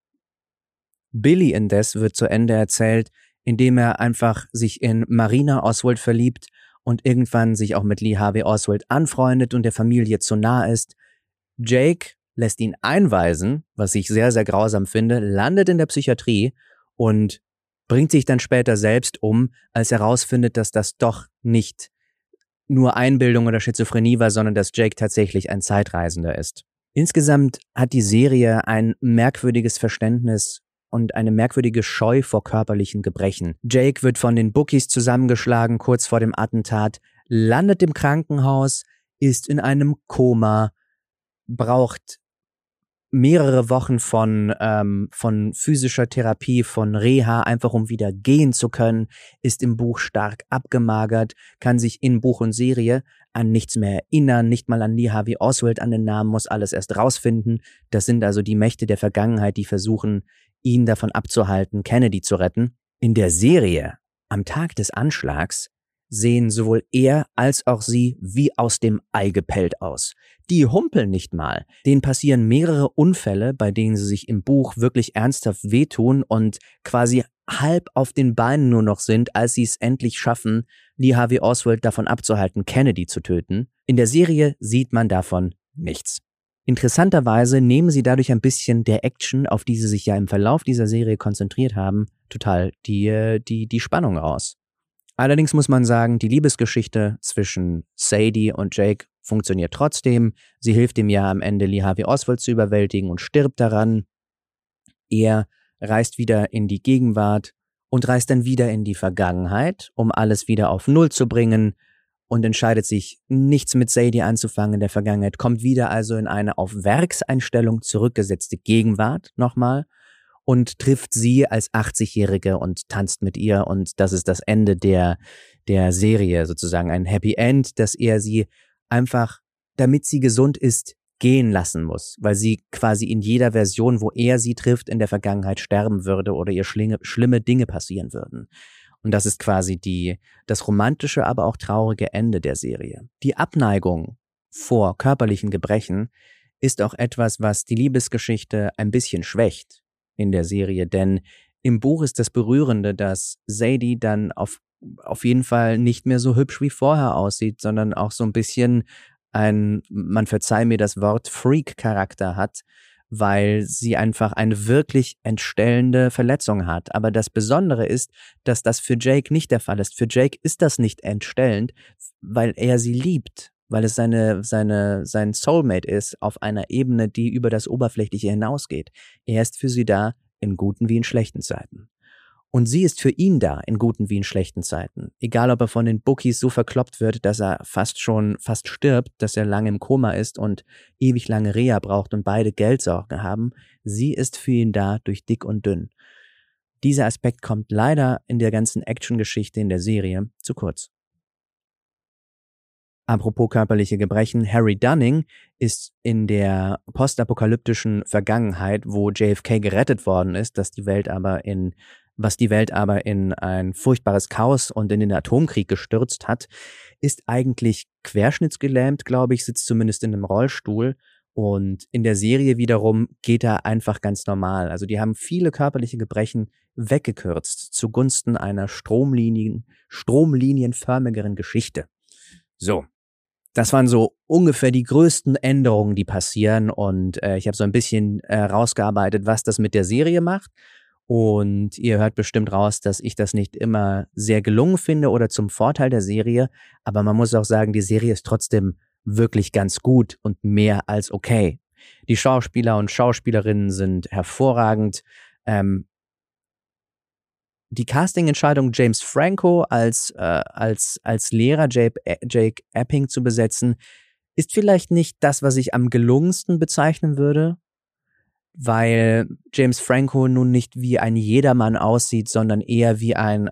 S1: Billy indes wird zu Ende erzählt, indem er einfach sich in Marina Oswald verliebt und irgendwann sich auch mit Lee Harvey Oswald anfreundet und der Familie zu nah ist. Jake lässt ihn einweisen, was ich sehr, sehr grausam finde, landet in der Psychiatrie und bringt sich dann später selbst um, als er herausfindet, dass das doch nicht nur Einbildung oder Schizophrenie war, sondern dass Jake tatsächlich ein Zeitreisender ist. Insgesamt hat die Serie ein merkwürdiges Verständnis und eine merkwürdige Scheu vor körperlichen Gebrechen. Jake wird von den Bookies zusammengeschlagen kurz vor dem Attentat, landet im Krankenhaus, ist in einem Koma, braucht mehrere Wochen von physischer Therapie, von Reha, einfach um wieder gehen zu können, ist im Buch stark abgemagert, kann sich in Buch und Serie an nichts mehr erinnern, nicht mal an Lee Harvey Oswald, an den Namen, muss alles erst rausfinden. Das sind also die Mächte der Vergangenheit, die versuchen, ihn davon abzuhalten, Kennedy zu retten. In der Serie, am Tag des Anschlags, sehen sowohl er als auch sie wie aus dem Ei gepellt aus. Die humpeln nicht mal. Denen passieren mehrere Unfälle, bei denen sie sich im Buch wirklich ernsthaft wehtun und quasi halb auf den Beinen nur noch sind, als sie es endlich schaffen, Lee Harvey Oswald davon abzuhalten, Kennedy zu töten. In der Serie sieht man davon nichts. Interessanterweise nehmen sie dadurch ein bisschen der Action, auf die sie sich ja im Verlauf dieser Serie konzentriert haben, total die Spannung raus. Allerdings muss man sagen, die Liebesgeschichte zwischen Sadie und Jake funktioniert trotzdem. Sie hilft ihm ja am Ende, Lee Harvey Oswald zu überwältigen und stirbt daran. Er reist wieder in die Gegenwart und reist dann wieder in die Vergangenheit, um alles wieder auf Null zu bringen und entscheidet sich, nichts mit Sadie anzufangen in der Vergangenheit, kommt wieder also in eine auf Werkseinstellung zurückgesetzte Gegenwart nochmal und trifft sie als 80-Jährige und tanzt mit ihr, und das ist das Ende der Serie, sozusagen ein Happy End, dass er sie einfach, damit sie gesund ist, gehen lassen muss, weil sie quasi in jeder Version, wo er sie trifft, in der Vergangenheit sterben würde oder ihr schlimme Dinge passieren würden. Und das ist quasi das romantische, aber auch traurige Ende der Serie. Die Abneigung vor körperlichen Gebrechen ist auch etwas, was die Liebesgeschichte ein bisschen schwächt in der Serie, denn im Buch ist das Berührende, dass Sadie dann auf jeden Fall nicht mehr so hübsch wie vorher aussieht, sondern auch so ein bisschen man verzeih mir das Wort, Freak-Charakter hat, weil sie einfach eine wirklich entstellende Verletzung hat. Aber das Besondere ist, dass das für Jake nicht der Fall ist. Für Jake ist das nicht entstellend, weil er sie liebt, weil es sein Soulmate ist auf einer Ebene, die über das Oberflächliche hinausgeht. Er ist für sie da in guten wie in schlechten Zeiten. Und sie ist für ihn da in guten wie in schlechten Zeiten. Egal, ob er von den Bookies so verkloppt wird, dass er fast stirbt, dass er lange im Koma ist und ewig lange Reha braucht und beide Geldsorgen haben. Sie ist für ihn da durch dick und dünn. Dieser Aspekt kommt leider in der ganzen Actiongeschichte in der Serie zu kurz. Apropos körperliche Gebrechen, Harry Dunning ist in der postapokalyptischen Vergangenheit, wo JFK gerettet worden ist, was die Welt aber in ein furchtbares Chaos und in den Atomkrieg gestürzt hat, ist eigentlich querschnittsgelähmt, glaube ich, sitzt zumindest in einem Rollstuhl. Und in der Serie wiederum geht er einfach ganz normal. Also die haben viele körperliche Gebrechen weggekürzt zugunsten einer stromlinienförmigeren Geschichte. So. Das waren so ungefähr die größten Änderungen, die passieren, und ich habe so ein bisschen rausgearbeitet, was das mit der Serie macht, und ihr hört bestimmt raus, dass ich das nicht immer sehr gelungen finde oder zum Vorteil der Serie, aber man muss auch sagen, die Serie ist trotzdem wirklich ganz gut und mehr als okay. Die Schauspieler und Schauspielerinnen sind hervorragend. Die Casting-Entscheidung, James Franco als Lehrer Jake Epping zu besetzen, ist vielleicht nicht das, was ich am gelungensten bezeichnen würde, weil James Franco nun nicht wie ein Jedermann aussieht, sondern eher wie ein,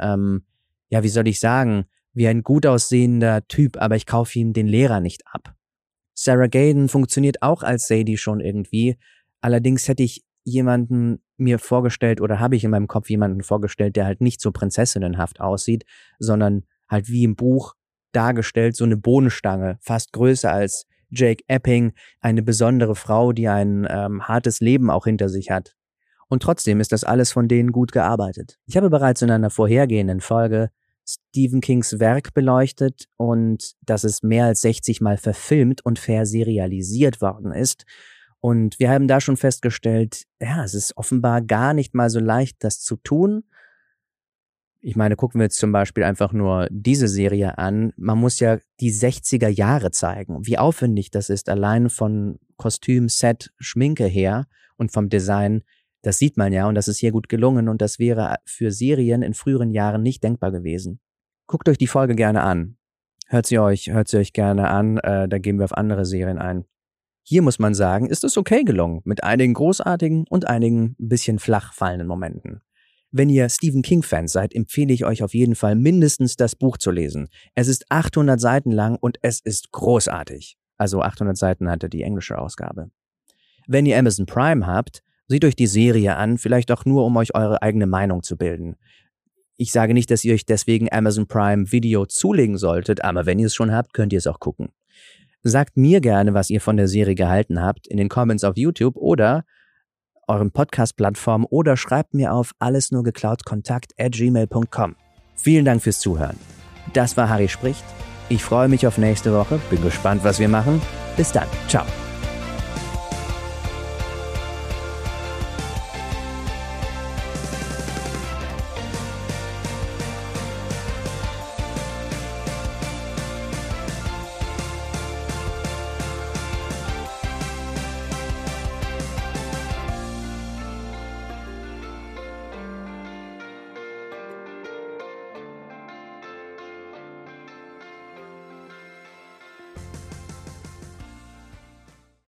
S1: wie ein gut aussehender Typ, aber ich kaufe ihm den Lehrer nicht ab. Sarah Gaden funktioniert auch als Sadie schon irgendwie, allerdings hätte ich jemanden mir vorgestellt oder habe ich in meinem Kopf jemanden vorgestellt, der halt nicht so prinzessinnenhaft aussieht, sondern halt wie im Buch dargestellt, so eine Bohnenstange, fast größer als Jake Epping, eine besondere Frau, die ein hartes Leben auch hinter sich hat. Und trotzdem ist das alles von denen gut gearbeitet. Ich habe bereits in einer vorhergehenden Folge Stephen Kings Werk beleuchtet und dass es mehr als 60 Mal verfilmt und verserialisiert worden ist. Und wir haben da schon festgestellt, ja, es ist offenbar gar nicht mal so leicht, das zu tun. Ich meine, gucken wir jetzt zum Beispiel einfach nur diese Serie an. Man muss ja die 60er Jahre zeigen, wie aufwendig das ist, allein von Kostüm, Set, Schminke her und vom Design. Das sieht man ja, und das ist hier gut gelungen, und das wäre für Serien in früheren Jahren nicht denkbar gewesen. Guckt euch die Folge gerne an. Hört sie euch gerne an, da gehen wir auf andere Serien ein. Hier muss man sagen, ist es okay gelungen, mit einigen großartigen und einigen ein bisschen flach fallenden Momenten. Wenn ihr Stephen King-Fans seid, empfehle ich euch auf jeden Fall mindestens das Buch zu lesen. Es ist 800 Seiten lang und es ist großartig. Also 800 Seiten hatte die englische Ausgabe. Wenn ihr Amazon Prime habt, seht euch die Serie an, vielleicht auch nur, um euch eure eigene Meinung zu bilden. Ich sage nicht, dass ihr euch deswegen Amazon Prime Video zulegen solltet, aber wenn ihr es schon habt, könnt ihr es auch gucken. Sagt mir gerne, was ihr von der Serie gehalten habt, in den Comments auf YouTube oder euren Podcast-Plattformen oder schreibt mir auf allesnurgeklaut@gmail.com. Vielen Dank fürs Zuhören. Das war Harry spricht. Ich freue mich auf nächste Woche, bin gespannt, was wir machen. Bis dann. Ciao.